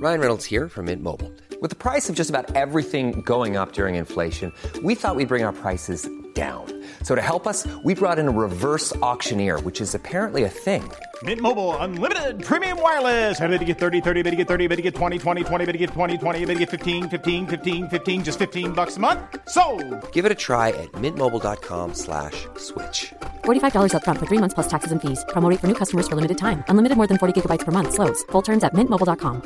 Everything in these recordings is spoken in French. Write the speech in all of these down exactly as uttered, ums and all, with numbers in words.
Ryan Reynolds here from Mint Mobile. With the price of just about everything going up during inflation, we thought we'd bring our prices down. So to help us, we brought in a reverse auctioneer, which is apparently a thing. Mint Mobile Unlimited Premium Wireless. How to get thirty, thirty, how to get thirty, how to get twenty, twenty, twenty, how to get twenty, twenty, how to get fifteen, fifteen, fifteen, fifteen, just fifteen bucks a month? Sold! Give it a try at mintmobile.com slash switch. forty-five dollars up front for three months plus taxes and fees. Promo rate for new customers for limited time. Unlimited more than forty gigabytes per month. Slows full terms at mint mobile dot com.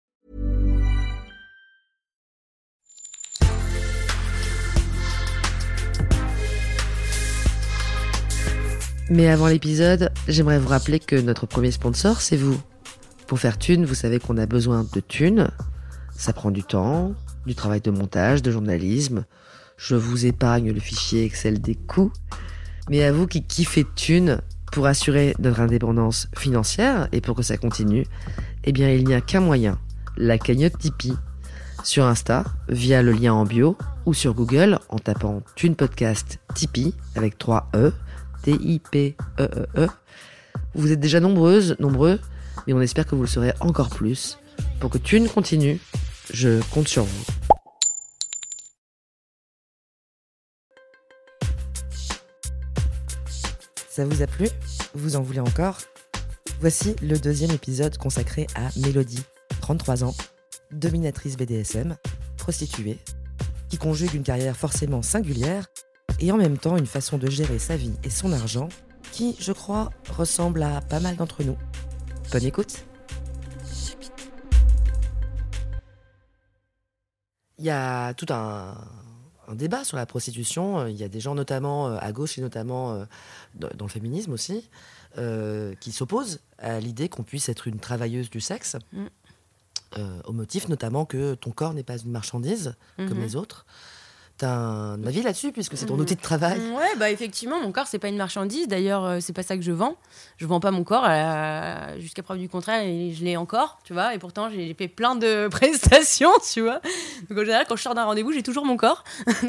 Mais avant l'épisode, j'aimerais vous rappeler que notre premier sponsor, c'est vous. Pour faire thune, vous savez qu'on a besoin de thunes. Ça prend du temps, du travail de montage, de journalisme. Je vous épargne le fichier Excel des coûts. Mais à vous qui kiffez thunes, pour assurer notre indépendance financière et pour que ça continue, eh bien il n'y a qu'un moyen, la cagnotte Tipeee. Sur Insta, via le lien en bio, ou sur Google en tapant Thune Podcast Tipeee avec trois E, T I P E E E. Vous êtes déjà nombreuses, nombreux, mais on espère que vous le serez encore plus. Pour que Thune continue, je compte sur vous. Ça vous a plu ? Vous en voulez encore ? Voici le deuxième épisode consacré à Mélodie, trente-trois ans, dominatrice B D S M, prostituée, qui conjugue une carrière forcément singulière et en même temps une façon de gérer sa vie et son argent qui, je crois, ressemble à pas mal d'entre nous. Bonne écoute. Il y a tout un, un débat sur la prostitution. Il y a des gens notamment à gauche et notamment dans le féminisme aussi euh, qui s'opposent à l'idée qu'on puisse être une travailleuse du sexe mm. euh, au motif notamment que ton corps n'est pas une marchandise mm-hmm. comme les autres. T'as un avis là-dessus, puisque c'est ton outil de travail ? Ouais, bah effectivement, mon corps, c'est pas une marchandise. D'ailleurs, euh, c'est pas ça que je vends. Je vends pas mon corps, euh, jusqu'à preuve du contraire, et je l'ai encore, tu vois. Et pourtant, j'ai fait plein de prestations, tu vois. Donc, en général, quand je sors d'un rendez-vous, j'ai toujours mon corps.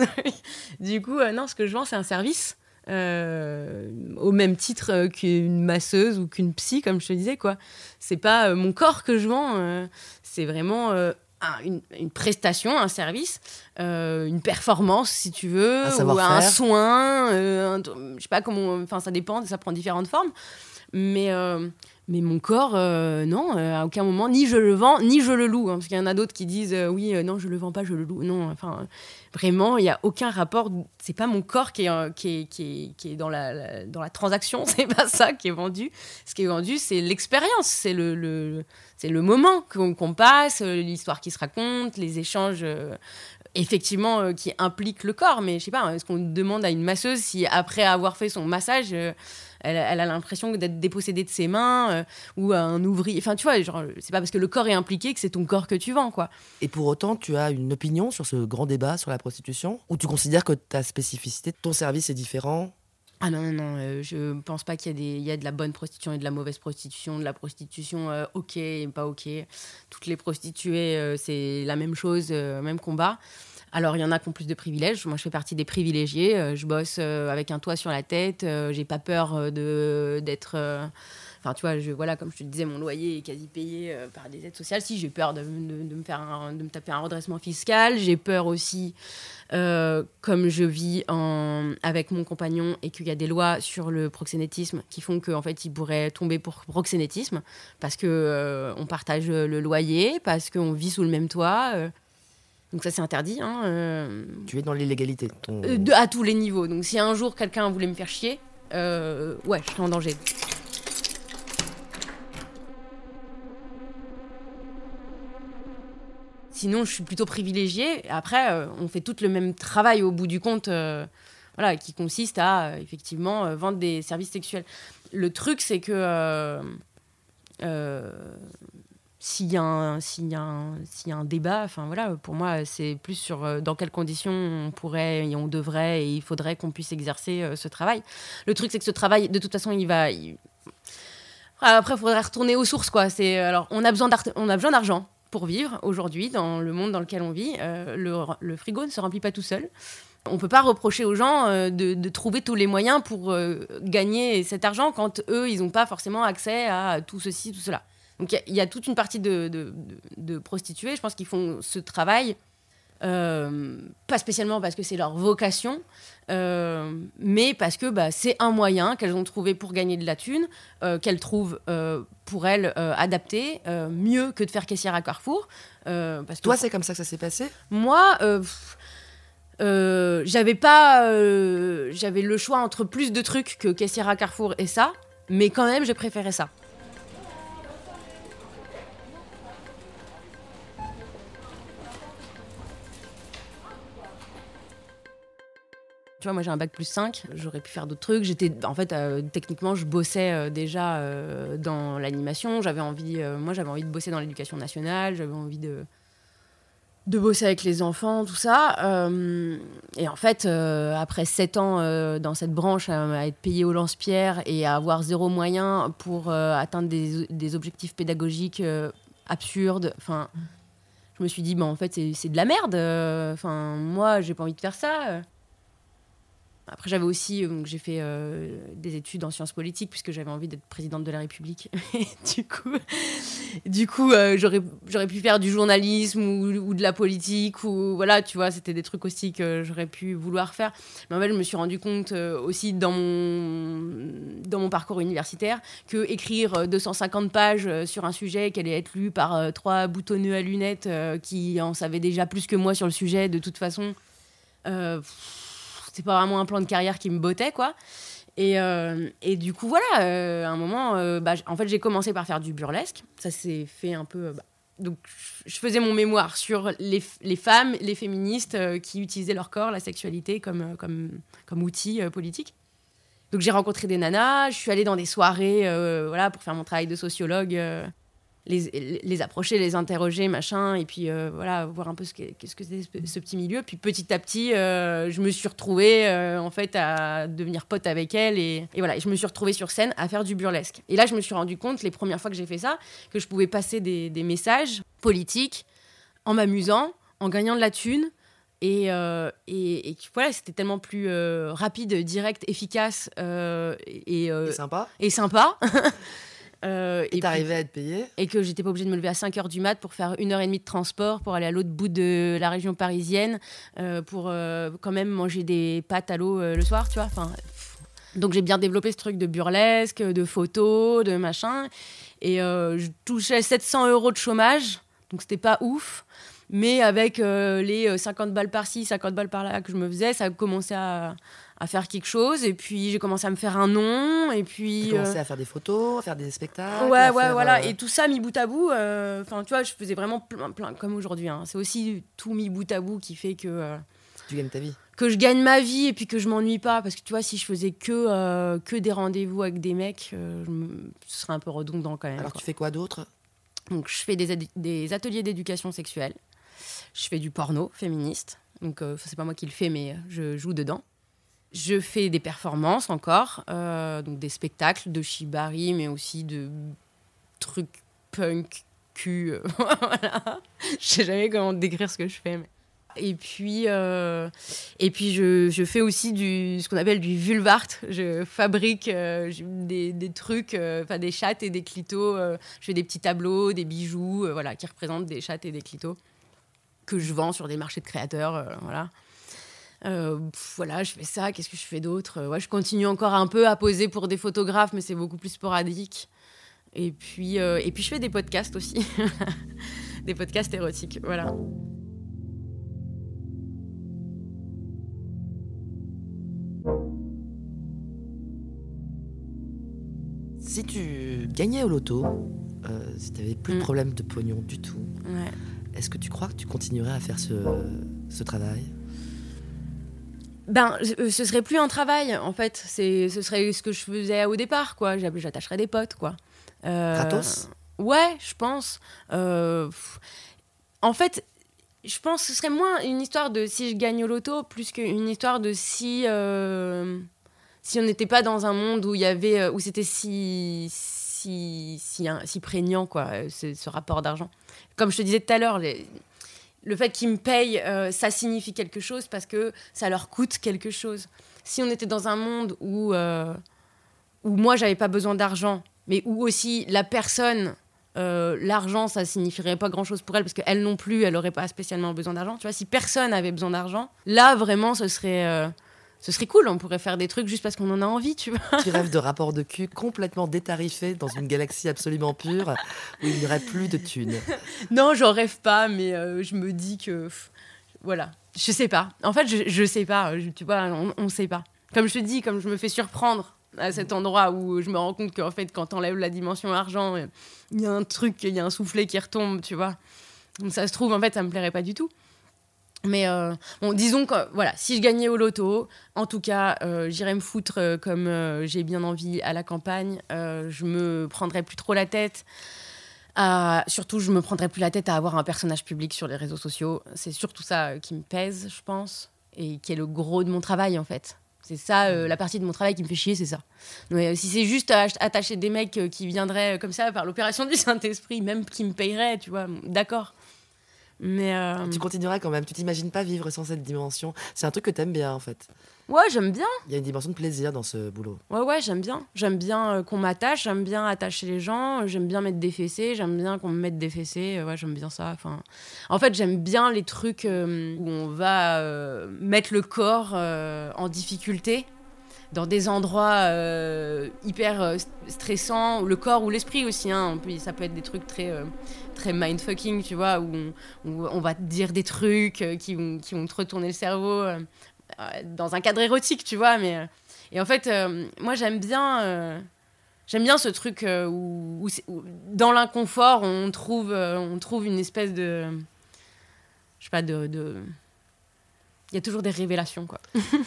Du coup, euh, non, ce que je vends, c'est un service. Euh, au même titre euh, qu'une masseuse ou qu'une psy, comme je te disais, quoi. C'est pas euh, mon corps que je vends, euh, c'est vraiment... Euh, Une, une prestation, un service, euh, une performance si tu veux, un ou un soin, euh, un, je sais pas comment, enfin ça dépend, ça prend différentes formes, mais euh, mais mon corps, euh, non, euh, à aucun moment, ni je le vends, ni je le loue, hein, parce qu'il y en a d'autres qui disent euh, oui, euh, non, je le vends pas, je le loue, non, enfin euh, vraiment, il y a aucun rapport, c'est pas mon corps qui est euh, qui est, qui est, qui est dans la, la dans la transaction, c'est pas ça qui est vendu, ce qui est vendu, c'est l'expérience, c'est le, le c'est le moment qu'on, qu'on passe, l'histoire qui se raconte, les échanges euh, effectivement euh, qui impliquent le corps. Mais je sais pas, est-ce qu'on demande à une masseuse si après avoir fait son massage, euh, elle, elle a l'impression d'être dépossédée de ses mains euh, ou à un ouvrier. Enfin, tu vois, genre, c'est pas parce que le corps est impliqué que c'est ton corps que tu vends, quoi. Et pour autant, tu as une opinion sur ce grand débat sur la prostitution ? Ou tu considères que ta spécificité, ton service est différent ? Ah non, non, non, euh, je pense pas qu'il y a, des, il y a de la bonne prostitution et de la mauvaise prostitution, de la prostitution euh, ok et pas ok. Toutes les prostituées, euh, c'est la même chose, euh, même combat. Alors, il y en a qui ont plus de privilèges. Moi, je fais partie des privilégiés. Euh, je bosse euh, avec un toit sur la tête. Euh, j'ai pas peur euh, de, d'être... Euh, Enfin, tu vois, je, voilà, comme je te disais, mon loyer est quasi payé euh, par des aides sociales. Si, j'ai peur de, de, de, me faire un, de me taper un redressement fiscal. J'ai peur aussi, euh, comme je vis en, avec mon compagnon et qu'il y a des lois sur le proxénétisme qui font qu'en fait, il pourrait tomber pour proxénétisme parce qu'on euh, partage le loyer, parce qu'on vit sous le même toit. Euh, donc ça, c'est interdit. Hein, euh, tu es dans l'illégalité ton... euh, de, à tous les niveaux. Donc si un jour, quelqu'un voulait me faire chier, euh, ouais, je serais en danger. Sinon, je suis plutôt privilégiée. Après, euh, on fait tout le même travail au bout du compte, euh, voilà, qui consiste à, euh, effectivement, euh, vendre des services sexuels. Le truc, c'est que euh, euh, s'il y a un, s'il y a un, s'il y a un débat, enfin voilà, pour moi, c'est plus sur euh, dans quelles conditions on pourrait et on devrait et il faudrait qu'on puisse exercer euh, ce travail. Le truc, c'est que ce travail, de toute façon, il va... Il... Après, il faudrait retourner aux sources, quoi. C'est, alors, on a besoin on a besoin d'argent pour vivre aujourd'hui, dans le monde dans lequel on vit. Euh, le, le frigo ne se remplit pas tout seul. On ne peut pas reprocher aux gens euh, de, de trouver tous les moyens pour euh, gagner cet argent quand eux, ils n'ont pas forcément accès à tout ceci, tout cela. Donc il y, y a toute une partie de, de, de, de prostituées, je pense qu'ils font ce travail, euh, pas spécialement parce que c'est leur vocation, euh, mais parce que bah, c'est un moyen qu'elles ont trouvé pour gagner de la thune, euh, qu'elles trouvent euh, pour elles euh, adapté, euh, mieux que de faire caissière à Carrefour. Euh, parce que Toi, c'est comme ça que ça s'est passé ? Moi, euh, pff, euh, j'avais pas, euh, j'avais le choix entre plus de trucs que caissière à Carrefour et ça, mais quand même, j'ai préféré ça. Tu vois, moi j'ai un bac plus cinq, j'aurais pu faire d'autres trucs. J'étais, en fait, euh, techniquement, je bossais euh, déjà euh, dans l'animation. J'avais envie, euh, moi j'avais envie de bosser dans l'éducation nationale, j'avais envie de, de bosser avec les enfants, tout ça. Euh, et en fait, euh, après sept ans euh, dans cette branche, à, à être payée au lance-pierre et à avoir zéro moyen pour euh, atteindre des, des objectifs pédagogiques euh, absurdes, enfin, je me suis dit, bah, en fait, c'est, c'est de la merde. Enfin, moi, j'ai pas envie de faire ça. Après, j'avais aussi, euh, j'ai fait euh, des études en sciences politiques puisque j'avais envie d'être présidente de la République. Et du coup, du coup euh, j'aurais, j'aurais pu faire du journalisme ou, ou de la politique. Ou, voilà, tu vois, c'était des trucs aussi que j'aurais pu vouloir faire. Mais en fait, je me suis rendu compte euh, aussi dans mon, dans mon parcours universitaire que écrire deux cent cinquante pages sur un sujet qui allait être lu par euh, trois boutonneux à lunettes euh, qui en savaient déjà plus que moi sur le sujet, de toute façon... Euh, c'était pas vraiment un plan de carrière qui me bottait, quoi. Et, euh, et du coup, voilà, euh, à un moment, euh, bah, en fait, j'ai commencé par faire du burlesque. Ça s'est fait un peu... Bah, donc, je faisais mon mémoire sur les, les femmes, les féministes euh, qui utilisaient leur corps, la sexualité comme, comme, comme outil euh, politique. Donc, j'ai rencontré des nanas, je suis allée dans des soirées euh, voilà, pour faire mon travail de sociologue, euh, les, les approcher, les interroger, machin, et puis euh, voilà, voir un peu ce que, ce que c'est ce, ce petit milieu. Puis petit à petit, euh, je me suis retrouvée euh, en fait, à devenir pote avec elle, et, et voilà, je me suis retrouvée sur scène à faire du burlesque. Et là, je me suis rendu compte, les premières fois que j'ai fait ça, que je pouvais passer des, des messages politiques en m'amusant, en gagnant de la thune. Et, euh, et, et voilà, c'était tellement plus euh, rapide, direct, efficace euh, et, euh, et sympa. Et sympa. Euh, et et t'arrivais à être payée. Et que j'étais pas obligée de me lever à cinq heures du mat pour faire une heure et demie de transport pour aller à l'autre bout de la région parisienne euh, pour euh, quand même manger des pâtes à l'eau euh, le soir, tu vois. Enfin, donc j'ai bien développé ce truc de burlesque, de photos, de machin. Et euh, je touchais sept cents euros de chômage, donc c'était pas ouf. Mais avec euh, les cinquante balles par-ci, cinquante balles par-là que je me faisais, ça a commencé à... à faire quelque chose, et puis j'ai commencé à me faire un nom, et puis... J'ai commencé euh... à faire des photos, à faire des spectacles... Ouais, ouais, faire, voilà, euh... et tout ça mis bout à bout, enfin, euh, tu vois, je faisais vraiment plein, plein comme aujourd'hui, hein. C'est aussi tout mis bout à bout qui fait que... Euh, tu gagnes ta vie. Que je gagne ma vie, et puis que je m'ennuie pas, parce que tu vois, si je faisais que, euh, que des rendez-vous avec des mecs, euh, je me... ce serait un peu redondant quand même. Alors quoi. Tu fais quoi d'autre ? Donc je fais des, ad- des ateliers d'éducation sexuelle, je fais du porno féministe, donc euh, c'est pas moi qui le fais, mais je joue dedans. Je fais des performances encore, euh, donc des spectacles de shibari, mais aussi de trucs punk, cul, euh, voilà. Je sais jamais comment décrire ce que je fais. Mais... Et puis, euh, et puis je, je fais aussi du, ce qu'on appelle du vulvart. Je fabrique euh, des, des trucs, euh, des chattes et des clitos. Euh, je fais des petits tableaux, des bijoux, euh, voilà, qui représentent des chattes et des clitos, que je vends sur des marchés de créateurs, euh, voilà. Euh, pff, voilà, je fais ça. Qu'est-ce que je fais d'autre ? euh, ouais, je continue encore un peu à poser pour des photographes, mais c'est beaucoup plus sporadique. Et puis, euh, et puis je fais des podcasts aussi. Des podcasts érotiques, voilà. Si tu gagnais au loto, euh, si tu n'avais plus mm. de problème de pognon du tout, ouais. Est-ce que tu crois que tu continuerais à faire ce, ce travail ? Ben, ce serait plus un travail, en fait. C'est, ce serait ce que je faisais au départ, quoi. J'attacherais des potes, quoi. Euh, Gratos ? Ouais, je pense. Euh, en fait, je pense que ce serait moins une histoire de si je gagne au loto, plus qu'une histoire de si... Euh, si on n'était pas dans un monde où il y avait... où c'était si... si, si, si prégnant, quoi, ce, ce rapport d'argent. Comme je te disais tout à l'heure, les... le fait qu'ils me payent, euh, ça signifie quelque chose parce que ça leur coûte quelque chose. Si on était dans un monde où, euh, où moi, j'avais pas besoin d'argent, mais où aussi la personne euh, l'argent, ça signifierait pas grand-chose pour elle parce qu'elle non plus, elle aurait pas spécialement besoin d'argent. Tu vois, si personne avait besoin d'argent, là, vraiment, ce serait... Euh, Ce serait cool, on pourrait faire des trucs juste parce qu'on en a envie, tu vois. Tu rêves de rapports de cul complètement détarifés dans une galaxie absolument pure où il n'y aurait plus de thunes. Non, j'en rêve pas, mais euh, je me dis que... Pff, voilà, je sais pas. En fait, je, je sais pas, je, tu vois, on, on sait pas. Comme je te dis, comme je me fais surprendre à cet endroit où je me rends compte qu'en fait, quand t'enlèves la dimension argent, il y a un truc, il y a un soufflet qui retombe, tu vois. Donc ça se trouve, en fait, ça me plairait pas du tout. Mais euh, bon, disons que voilà, si je gagnais au loto, en tout cas, euh, j'irais me foutre euh, comme euh, j'ai bien envie à la campagne. Euh, je me prendrais plus trop la tête. À, surtout, je me prendrais plus la tête à avoir un personnage public sur les réseaux sociaux. C'est surtout ça euh, qui me pèse, je pense, et qui est le gros de mon travail en fait. C'est ça, euh, la partie de mon travail qui me fait chier, c'est ça. Mais euh, si c'est juste ach- attacher des mecs euh, qui viendraient euh, comme ça par l'opération du Saint-Esprit, même qui me paieraient, tu vois, d'accord. Mais euh... Tu continueras quand même, tu t'imagines pas vivre sans cette dimension. C'est un truc que t'aimes bien en fait. Ouais, j'aime bien. Il y a une dimension de plaisir dans ce boulot. Ouais, ouais, j'aime bien. J'aime bien euh, qu'on m'attache, j'aime bien attacher les gens, j'aime bien mettre des fessées, j'aime bien qu'on me mette des fessées. Euh, ouais, j'aime bien ça. Enfin, en fait, j'aime bien les trucs euh, où on va euh, mettre le corps euh, en difficulté dans des endroits euh, hyper euh, stressants, le corps ou l'esprit aussi. Hein. Ça peut être des trucs très, euh, très mindfucking, tu vois, où on, où on va te dire des trucs euh, qui, vont, qui vont te retourner le cerveau euh, dans un cadre érotique, tu vois. Mais, euh, et en fait, euh, moi, j'aime bien, euh, j'aime bien ce truc euh, où, où, où, dans l'inconfort, on trouve, euh, on trouve une espèce de... Je sais pas, de... de... Il y a toujours des révélations, quoi.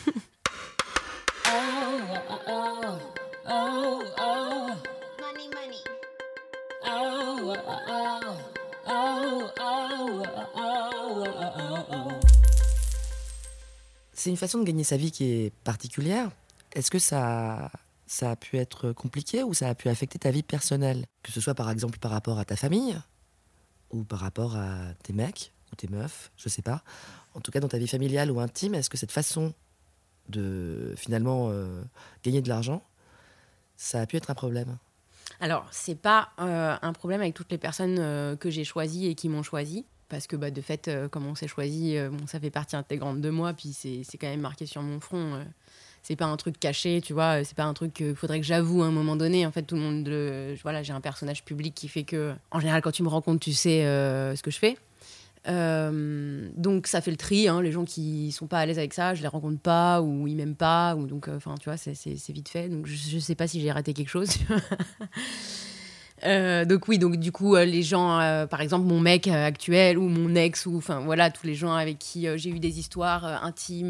C'est une façon de gagner sa vie qui est particulière. Est-ce que ça, ça a pu être compliqué ou ça a pu affecter ta vie personnelle ? Que ce soit par exemple par rapport à ta famille ou par rapport à tes mecs ou tes meufs, je sais pas. En tout cas, dans ta vie familiale ou intime, est-ce que cette façon de finalement euh, gagner de l'argent, ça a pu être un problème ? Alors, c'est pas euh, un problème avec toutes les personnes euh, que j'ai choisies et qui m'ont choisi. Parce que bah, de fait, euh, comme on s'est choisi, euh, bon, ça fait partie intégrante de moi, puis c'est, c'est quand même marqué sur mon front. Euh, c'est pas un truc caché, tu vois, c'est pas un truc qu'il faudrait que j'avoue à un moment donné. En fait, tout le monde, euh, voilà, j'ai un personnage public qui fait que, en général, quand tu me rencontres, tu sais euh, ce que je fais. Euh, donc ça fait le tri, hein, les gens qui sont pas à l'aise avec ça, je les rencontre pas ou ils m'aiment pas, ou donc enfin euh, tu vois, c'est, c'est, c'est vite fait. Donc je, je sais pas si j'ai raté quelque chose. Euh, donc oui, donc du coup euh, les gens, euh, par exemple mon mec euh, actuel ou mon ex ou enfin voilà tous les gens avec qui euh, j'ai eu des histoires euh, intimes,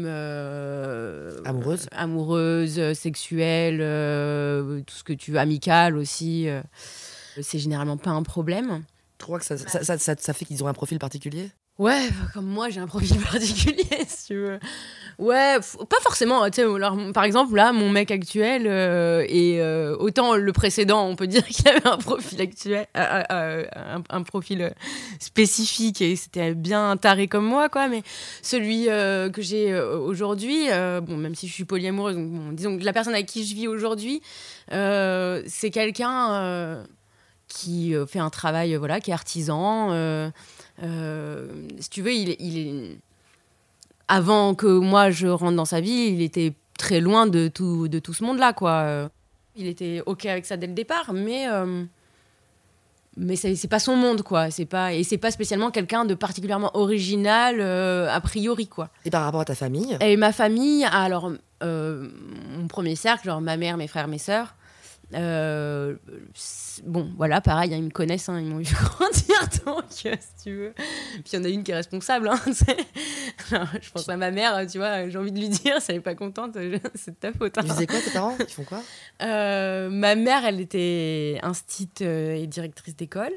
euh, amoureuses, euh, amoureuses, euh, sexuelles, euh, tout ce que tu veux, amicales aussi. Euh, c'est généralement pas un problème. Tu crois que ça, ça, ça, ça, ça fait qu'ils ont un profil particulier ? Ouais, comme moi, j'ai un profil particulier, si tu veux. Ouais, f- pas forcément. Tu sais, alors, par exemple, là, mon mec actuel, euh, et euh, autant le précédent, on peut dire qu'il avait un profil actuel, euh, euh, un, un profil spécifique, et c'était bien taré comme moi, quoi. Mais celui euh, que j'ai euh, aujourd'hui, euh, bon, même si je suis polyamoureuse, donc, bon, disons que la personne avec qui je vis aujourd'hui, euh, c'est quelqu'un euh, qui euh, fait un travail, euh, voilà, qui est artisan. Euh, Euh, si tu veux, il, il est... avant que moi je rentre dans sa vie, il était très loin de tout, de tout ce monde-là, quoi. Il était ok avec ça dès le départ, mais euh, mais c'est, c'est pas son monde, quoi. C'est pas et c'est pas spécialement quelqu'un de particulièrement original euh, a priori, quoi. Et par rapport à ta famille ? Et ma famille, alors euh, mon premier cercle, genre ma mère, mes frères, mes sœurs. Euh, bon, voilà, pareil, hein, ils me connaissent, hein, ils m'ont vu grandir, donc euh, si tu veux. Puis il y en a une qui est responsable. Hein, alors, je pense à ma mère, tu vois, j'ai envie de lui dire, si elle n'est pas contente, c'est de ta faute. Hein. Ils faisaient quoi, tes parents ? Ils font quoi ? euh, Ma mère, elle était instite euh, et directrice d'école.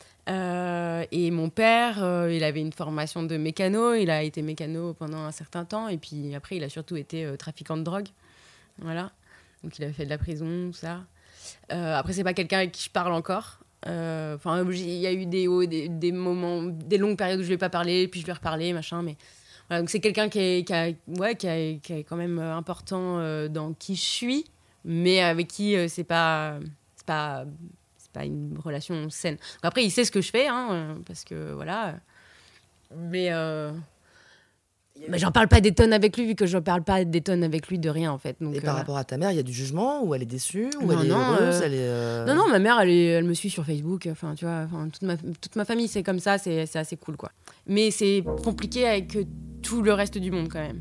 Euh, et mon père, euh, il avait une formation de mécano, il a été mécano pendant un certain temps, et puis après, il a surtout été euh, trafiquant de drogue. Voilà. Donc il a fait de la prison, tout ça. Euh, après, c'est pas quelqu'un avec qui je parle encore. Enfin, euh, il y a eu des hauts, des, des moments, des longues périodes où je lui ai pas parlé, puis je lui ai reparlé, machin. Mais voilà, donc c'est quelqu'un qui est, qui a, ouais, qui a, qui est quand même important euh, dans qui je suis, mais avec qui euh, c'est pas, c'est pas, c'est pas une relation saine. Donc après, il sait ce que je fais, hein, parce que voilà. Mais, euh... mais j'en parle pas des tonnes avec lui, vu que je parle pas des tonnes avec lui de rien, en fait. Donc, et par euh... rapport à ta mère, il y a du jugement, ou elle est déçue, ou non, elle est non, heureuse, euh... elle est euh... Non, non, ma mère, elle, est... elle me suit sur Facebook. Enfin, tu vois, enfin, toute, ma... toute ma famille, c'est comme ça, c'est, c'est assez cool, quoi. Mais c'est compliqué avec tout le reste du monde, quand même.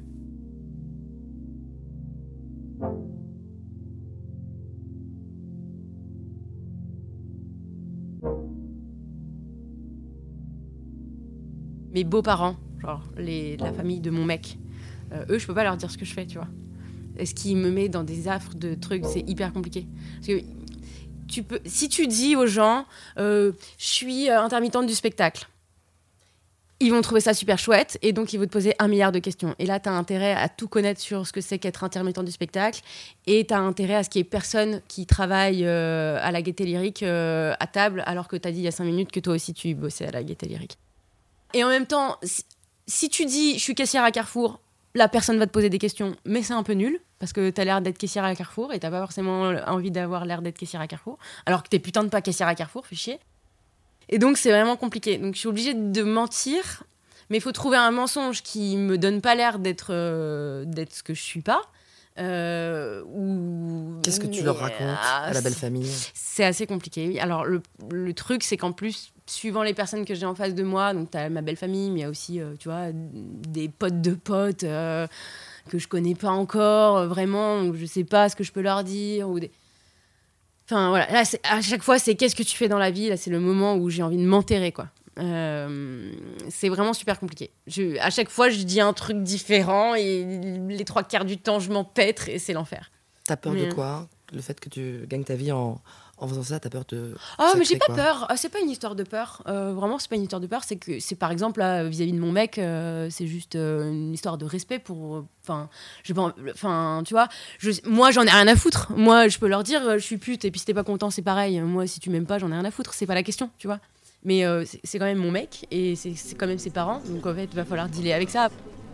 Mes beaux-parents, genre les, la famille de mon mec, euh, eux, je peux pas leur dire ce que je fais, tu vois. Et ce qui me met dans des affres de trucs, c'est hyper compliqué. Parce que tu peux, si tu dis aux gens, euh, je suis intermittente du spectacle, ils vont trouver ça super chouette et donc ils vont te poser un milliard de questions. Et là, tu as intérêt à tout connaître sur ce que c'est qu'être intermittent du spectacle et tu as intérêt à ce qu'il y ait personne qui travaille euh, à la Gaîté Lyrique euh, à table alors que tu as dit il y a cinq minutes que toi aussi tu bossais à la Gaîté Lyrique. Et en même temps, si, si tu dis je suis caissière à Carrefour, la personne va te poser des questions, mais c'est un peu nul parce que tu as l'air d'être caissière à Carrefour et tu n'as pas forcément envie d'avoir l'air d'être caissière à Carrefour alors que tu es putain de pas caissière à Carrefour, fais chier. Et donc, c'est vraiment compliqué. Donc, je suis obligée de mentir, mais il faut trouver un mensonge qui me donne pas l'air d'être, euh, d'être ce que je suis pas. Euh, ou... Qu'est-ce que tu mais, leur racontes ah, à la belle famille ? C'est assez compliqué, oui. Alors, le, le truc, c'est qu'en plus, suivant les personnes que j'ai en face de moi, donc tu as ma belle famille, mais il y a aussi, euh, tu vois, des potes de potes euh, que je connais pas encore, euh, vraiment, donc je sais pas ce que je peux leur dire, ou des... Enfin, voilà, là, c'est, à chaque fois, c'est qu'est-ce que tu fais dans la vie ? Là, c'est le moment où j'ai envie de m'enterrer, quoi. Euh, c'est vraiment super compliqué. Je, à chaque fois, je dis un truc différent et les trois quarts du temps, je m'empêtre et c'est l'enfer. T'as peur mais... de quoi ? Le fait que tu gagnes ta vie en, en faisant ça, t'as peur de... Ah, mais j'ai pas quoi peur. Ah, c'est pas une histoire de peur. Euh, vraiment, c'est pas une histoire de peur. C'est que, c'est par exemple, là, vis-à-vis de mon mec, euh, c'est juste euh, une histoire de respect pour... Enfin, je enfin, tu vois, je, moi, j'en ai rien à foutre. Moi, je peux leur dire, je suis pute, et puis si t'es pas content, c'est pareil. Moi, si tu m'aimes pas, j'en ai rien à foutre. C'est pas la question, tu vois. Mais euh, c'est, c'est quand même mon mec, et c'est, c'est quand même ses parents. Donc, en fait, il va falloir dealer avec ça.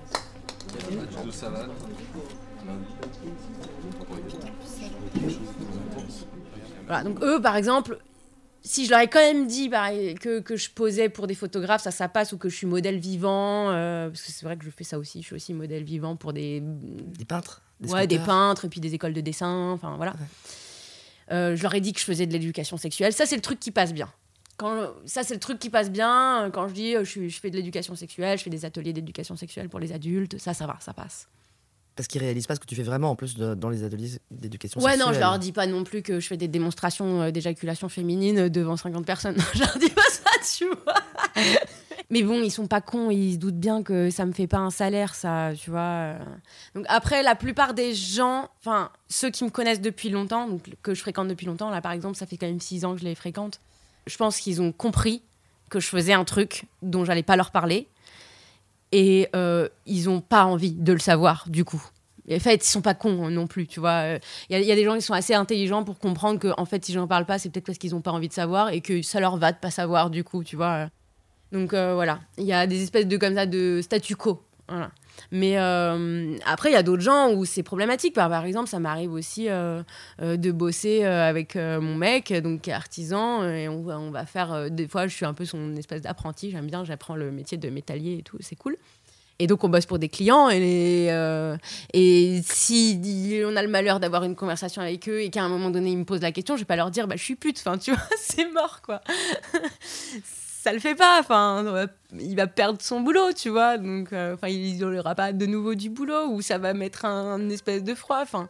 Voilà, donc eux, par exemple, si je leur ai quand même dit pareil, que, que je posais pour des photographes, ça, ça passe, ou que je suis modèle vivant, euh, parce que c'est vrai que je fais ça aussi, je suis aussi modèle vivant pour des... Des peintres des Ouais, des peintres, et puis des écoles de dessin, enfin voilà. Ouais. Euh, je leur ai dit que je faisais de l'éducation sexuelle. Ça, c'est le truc qui passe bien. Quand, ça, c'est le truc qui passe bien. Quand je dis je, je fais de l'éducation sexuelle, je fais des ateliers d'éducation sexuelle pour les adultes, ça, ça va, ça passe. Parce qu'ils réalisent pas ce que tu fais vraiment, en plus, de, dans les ateliers d'éducation ouais, sexuelle. Ouais, non, je leur dis pas non plus que je fais des démonstrations d'éjaculation féminine devant cinquante personnes. Je leur dis pas ça, tu vois. Mais bon, ils sont pas cons, ils se doutent bien que ça me fait pas un salaire, ça, tu vois. Donc après, la plupart des gens, enfin, ceux qui me connaissent depuis longtemps, donc, que je fréquente depuis longtemps, là, par exemple, ça fait quand même six ans que je les fréquente, je pense qu'ils ont compris que je faisais un truc dont j'allais pas leur parler. Et euh, ils ont pas envie de le savoir, du coup. Et en fait, ils sont pas cons non plus, tu vois. Il y, y a des gens qui sont assez intelligents pour comprendre que, en fait, si j'en parle pas, c'est peut-être parce qu'ils ont pas envie de savoir et que ça leur va de pas savoir, du coup, tu vois. Donc euh, voilà, il y a des espèces de comme ça de statu quo. Voilà. Mais euh, après, il y a d'autres gens où c'est problématique. Par, par exemple, ça m'arrive aussi euh, euh, de bosser euh, avec euh, mon mec, donc qui est artisan, et on va, on va faire. Euh, des fois, je suis un peu son espèce d'apprenti. J'aime bien, j'apprends le métier de métallier et tout, c'est cool. Et donc, on bosse pour des clients. Et, les, euh, et si on a le malheur d'avoir une conversation avec eux et qu'à un moment donné, ils me posent la question, je vais pas leur dire bah, je suis pute. Enfin, tu vois, c'est mort, quoi. Ça le fait pas, enfin, il va perdre son boulot, tu vois, donc euh, enfin, il n'aura pas de nouveau du boulot, ou ça va mettre un, un espèce de froid, enfin.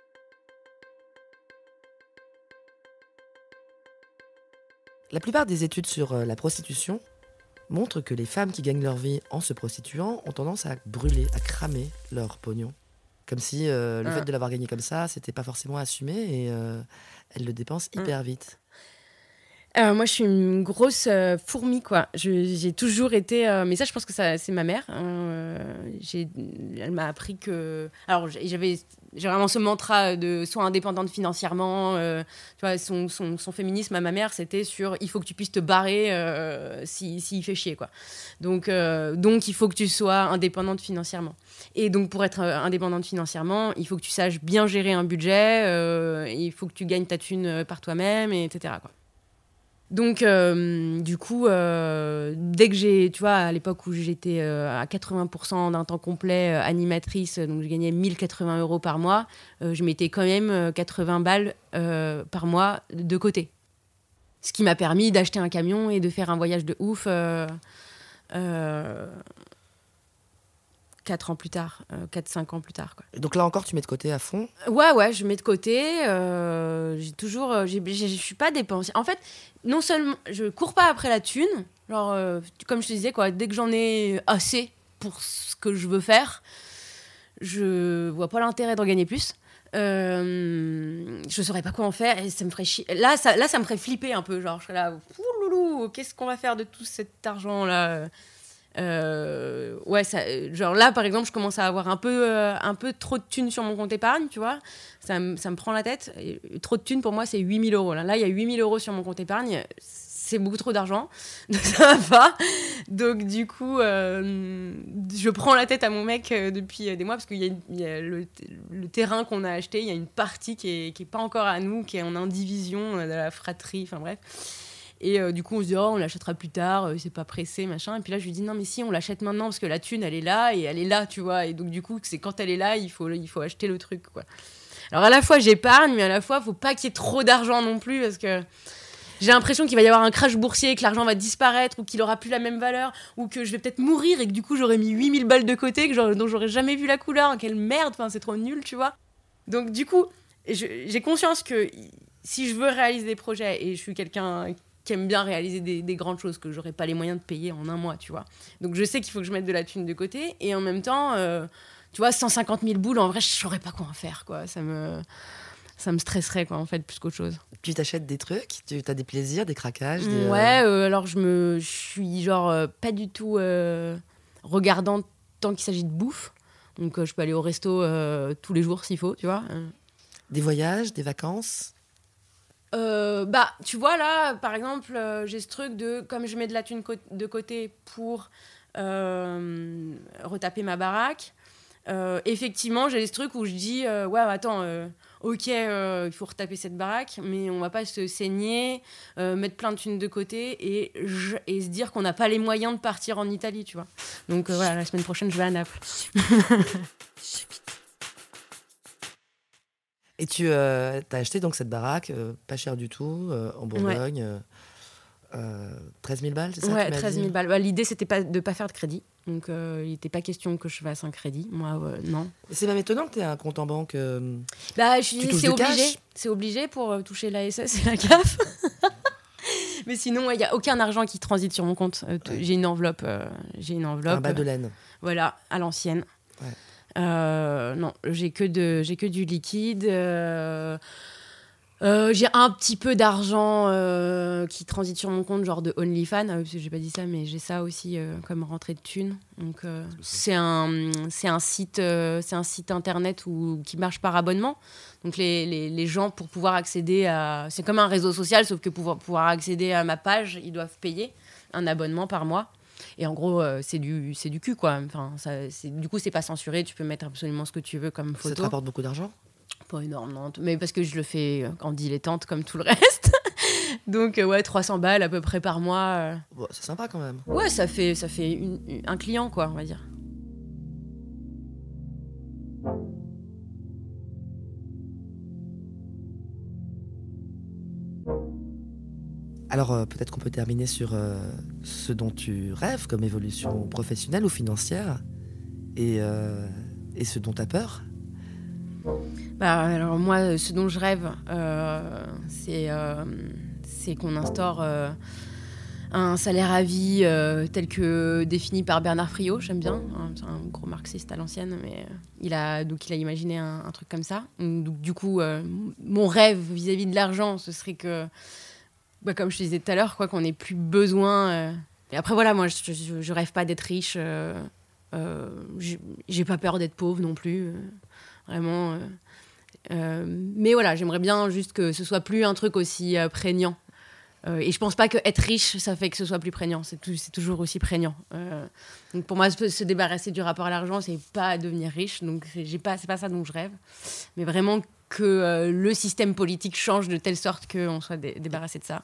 La plupart des études sur euh, la prostitution montrent que les femmes qui gagnent leur vie en se prostituant ont tendance à brûler, à cramer leur pognon. Comme si euh, le ah. fait de l'avoir gagné comme ça, c'était pas forcément assumé, et euh, elles le dépensent hyper ah. vite. Euh, moi, je suis une grosse euh, fourmi, quoi. Je, j'ai toujours été... Euh, mais ça, je pense que ça, c'est ma mère. Euh, j'ai, elle m'a appris que... Alors, j'avais, j'ai vraiment ce mantra de sois indépendante financièrement. Euh, tu vois, son, son, son féminisme à ma mère, c'était sur il faut que tu puisses te barrer euh, s'il si, si fait chier, quoi. Donc, euh, donc, il faut que tu sois indépendante financièrement. Et donc, pour être indépendante financièrement, il faut que tu saches bien gérer un budget. Euh, il faut que tu gagnes ta thune par toi-même, et etc., quoi. Donc, euh, du coup, euh, dès que j'ai, tu vois, à l'époque où j'étais euh, à quatre-vingts pour cent d'un temps complet euh, animatrice, donc je gagnais mille quatre-vingts euros par mois, euh, je mettais quand même euh, quatre-vingts balles euh, par mois de côté. Ce qui m'a permis d'acheter un camion et de faire un voyage de ouf euh, euh, quatre ans plus tard, euh, quatre cinq ans plus tard, quoi. Donc là encore, tu mets de côté à fond. Ouais, ouais, je mets de côté. Euh, j'ai toujours, euh, j'ai, j'ai, je suis pas dépensière. En fait, non seulement je cours pas après la thune, genre euh, comme je te disais, quoi, dès que j'en ai assez pour ce que je veux faire, je vois pas l'intérêt d'en gagner plus. Euh, je saurais pas quoi en faire et ça me ferait chier. Là, ça, là, ça me ferait flipper un peu. Genre, je serais là, ouloulou, qu'est-ce qu'on va faire de tout cet argent là? Euh, ouais, ça, genre là par exemple je commence à avoir un peu, euh, un peu trop de thunes sur mon compte épargne, tu vois, ça, me, ça me prend la tête. Et trop de thunes pour moi c'est huit mille euros. Là, là il y a huit mille euros sur mon compte épargne, c'est beaucoup trop d'argent, donc ça va pas. Donc du coup euh, je prends la tête à mon mec euh, depuis des mois parce qu'il y a, une, il y a le, le terrain qu'on a acheté, il y a une partie qui est, qui est pas encore à nous, qui est en indivision de la fratrie, enfin bref. Et euh, du coup, on se dit, oh, on l'achètera plus tard, euh, c'est pas pressé, machin. Et puis là, je lui dis, non, mais si, on l'achète maintenant parce que la thune, elle est là et elle est là, tu vois. Et donc, du coup, c'est quand elle est là, il faut, il faut acheter le truc, quoi. Alors, à la fois, j'épargne, mais à la fois, faut pas qu'il y ait trop d'argent non plus parce que j'ai l'impression qu'il va y avoir un crash boursier, que l'argent va disparaître ou qu'il aura plus la même valeur ou que je vais peut-être mourir et que du coup, j'aurais mis huit mille balles de côté que j'aurais, dont j'aurais jamais vu la couleur. Quelle merde, enfin, c'est trop nul, tu vois. Donc, du coup, je, j'ai conscience que si je veux réaliser des projets et je suis quelqu'un qui aime bien réaliser des, des grandes choses que j'aurais pas les moyens de payer en un mois, tu vois. Donc je sais qu'il faut que je mette de la thune de côté et en même temps, euh, tu vois, cent cinquante mille boules, en vrai, je saurais pas quoi en faire, quoi. Ça me, ça me stresserait, quoi, en fait, plus qu'autre chose. Tu t'achètes des trucs, tu as des plaisirs, des craquages des, Ouais, euh, alors je me, je suis genre euh, pas du tout euh, regardante tant qu'il s'agit de bouffe. Donc euh, je peux aller au resto euh, tous les jours s'il faut, tu vois. Des voyages, des vacances. Euh, bah, tu vois, là, par exemple, euh, j'ai ce truc de, comme je mets de la thune co- de côté pour euh, retaper ma baraque, euh, effectivement, j'ai ce truc où je dis, euh, ouais, attends, euh, ok, euh, il faut retaper cette baraque, mais on va pas se saigner, euh, mettre plein de thunes de côté et, je, et se dire qu'on n'a pas les moyens de partir en Italie, tu vois. Donc, euh, voilà, la semaine prochaine, je vais à Naples. Et tu euh, as acheté donc cette baraque, euh, pas cher du tout, euh, en Bourgogne, ouais. euh, euh, treize mille balles, c'est ça? Ouais, treize mille balles. Bah, l'idée, c'était pas, de ne pas faire de crédit. Donc, euh, il n'était pas question que je fasse un crédit. Moi, euh, non. C'est même étonnant que tu aies un compte en banque. Euh, bah, je, tu touches c'est du obligé. cash. C'est obligé pour euh, toucher l'A S S et la C A F. Mais sinon, il n'y a aucun argent qui transite sur mon compte. Euh, t- ouais. J'ai une enveloppe. Euh, j'ai une enveloppe. Un bas de laine. Euh, voilà, à l'ancienne. Ouais. Euh, non, j'ai que, de, j'ai que du liquide. Euh, euh, j'ai un petit peu d'argent euh, qui transite sur mon compte, genre de OnlyFans. Euh, parce que j'ai pas dit ça, mais j'ai ça aussi euh, comme rentrée de thunes. Donc, euh, c'est, un, c'est, un site, euh, c'est un site internet où, qui marche par abonnement. Donc, les, les, les gens, pour pouvoir accéder à... C'est comme un réseau social, sauf que pour pouvoir, pouvoir accéder à ma page, ils doivent payer un abonnement par mois. Et en gros, euh, c'est, du, c'est du cul, quoi. Enfin, ça, c'est, du coup, c'est pas censuré. Tu peux mettre absolument ce que tu veux comme photo. Ça te rapporte beaucoup d'argent ? Pas énorme, non. Mais parce que je le fais en dilettante, comme tout le reste. Donc, euh, ouais, trois cents balles à peu près par mois. Euh. Bon, c'est sympa, quand même. Ouais, ça fait, ça fait une, une, un client, quoi, on va dire. Alors, euh, peut-être qu'on peut terminer sur euh, ce dont tu rêves comme évolution professionnelle ou financière et, euh, et ce dont tu as peur. Bah, alors moi, ce dont je rêve, euh, c'est, euh, c'est qu'on instaure euh, un salaire à vie euh, tel que défini par Bernard Friot, j'aime bien, hein, c'est un gros marxiste à l'ancienne, mais euh, il a, donc il a imaginé un, un truc comme ça. Donc du coup, euh, mon rêve vis-à-vis de l'argent, ce serait que, bah, comme je te disais tout à l'heure, quoi, qu'on n'ait plus besoin. Euh... Et après voilà, moi, je, je, je rêve pas d'être riche. Euh, euh, j'ai, j'ai pas peur d'être pauvre non plus, euh, vraiment. Euh, euh, mais voilà, j'aimerais bien juste que ce soit plus un truc aussi euh, prégnant. Euh, et je pense pas que être riche, ça fait que ce soit plus prégnant. C'est, tout, c'est toujours aussi prégnant. Euh, donc pour moi, se, se débarrasser du rapport à l'argent, c'est pas devenir riche. Donc c'est, j'ai pas, c'est pas ça dont je rêve. Mais vraiment que euh, le système politique change de telle sorte qu'on soit dé- débarrassé de ça.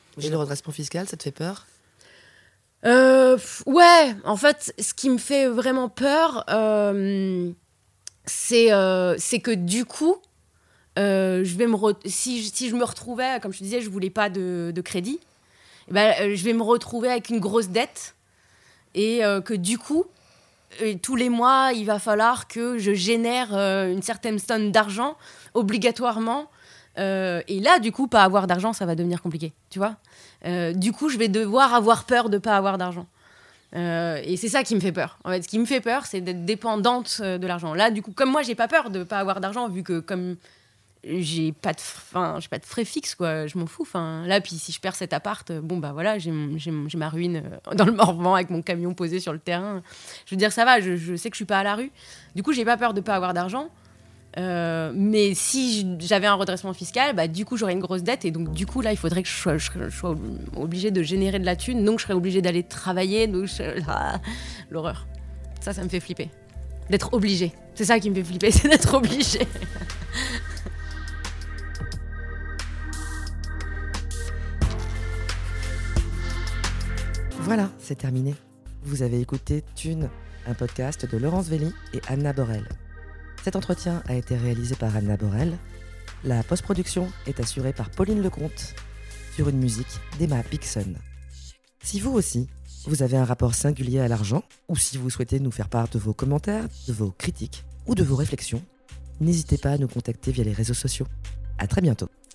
Et le redressement fiscal, ça te fait peur ? euh, Ouais, en fait, ce qui me fait vraiment peur, euh, c'est, euh, c'est que du coup, euh, je vais me re- si, si je me retrouvais, comme je te disais, je voulais pas de, de crédit, eh ben, euh, je vais me retrouver avec une grosse dette et euh, que du coup, euh, tous les mois, il va falloir que je génère euh, une certaine somme d'argent obligatoirement. Euh, et là, du coup, pas avoir d'argent, ça va devenir compliqué, tu vois. Euh, du coup, je vais devoir avoir peur de pas avoir d'argent. Euh, et c'est ça qui me fait peur. En fait, ce qui me fait peur, c'est d'être dépendante de l'argent. Là, du coup, comme moi, j'ai pas peur de pas avoir d'argent, vu que comme j'ai pas de, enfin, j'ai pas de frais fixes, quoi. Je m'en fous. Enfin, là, puis si je perds cet appart, bon bah voilà, j'ai, j'ai, j'ai ma ruine dans le Morvan avec mon camion posé sur le terrain. Je veux dire, ça va. Je, je sais que je suis pas à la rue. Du coup, j'ai pas peur de pas avoir d'argent. Euh, mais si j'avais un redressement fiscal, bah, du coup j'aurais une grosse dette et donc du coup là il faudrait que je sois, je, je sois obligée de générer de la thune, donc je serais obligée d'aller travailler, donc je, ah, l'horreur. Ça, ça me fait flipper. D'être obligée. C'est ça qui me fait flipper, c'est d'être obligée. Voilà, c'est terminé. Vous avez écouté Thune, un podcast de Laurence Velli et Anna Borel. Cet entretien a été réalisé par Anna Borel. La post-production est assurée par Pauline Lecomte sur une musique d'Emma Pixon. Si vous aussi, vous avez un rapport singulier à l'argent, ou si vous souhaitez nous faire part de vos commentaires, de vos critiques ou de vos réflexions, n'hésitez pas à nous contacter via les réseaux sociaux. À très bientôt.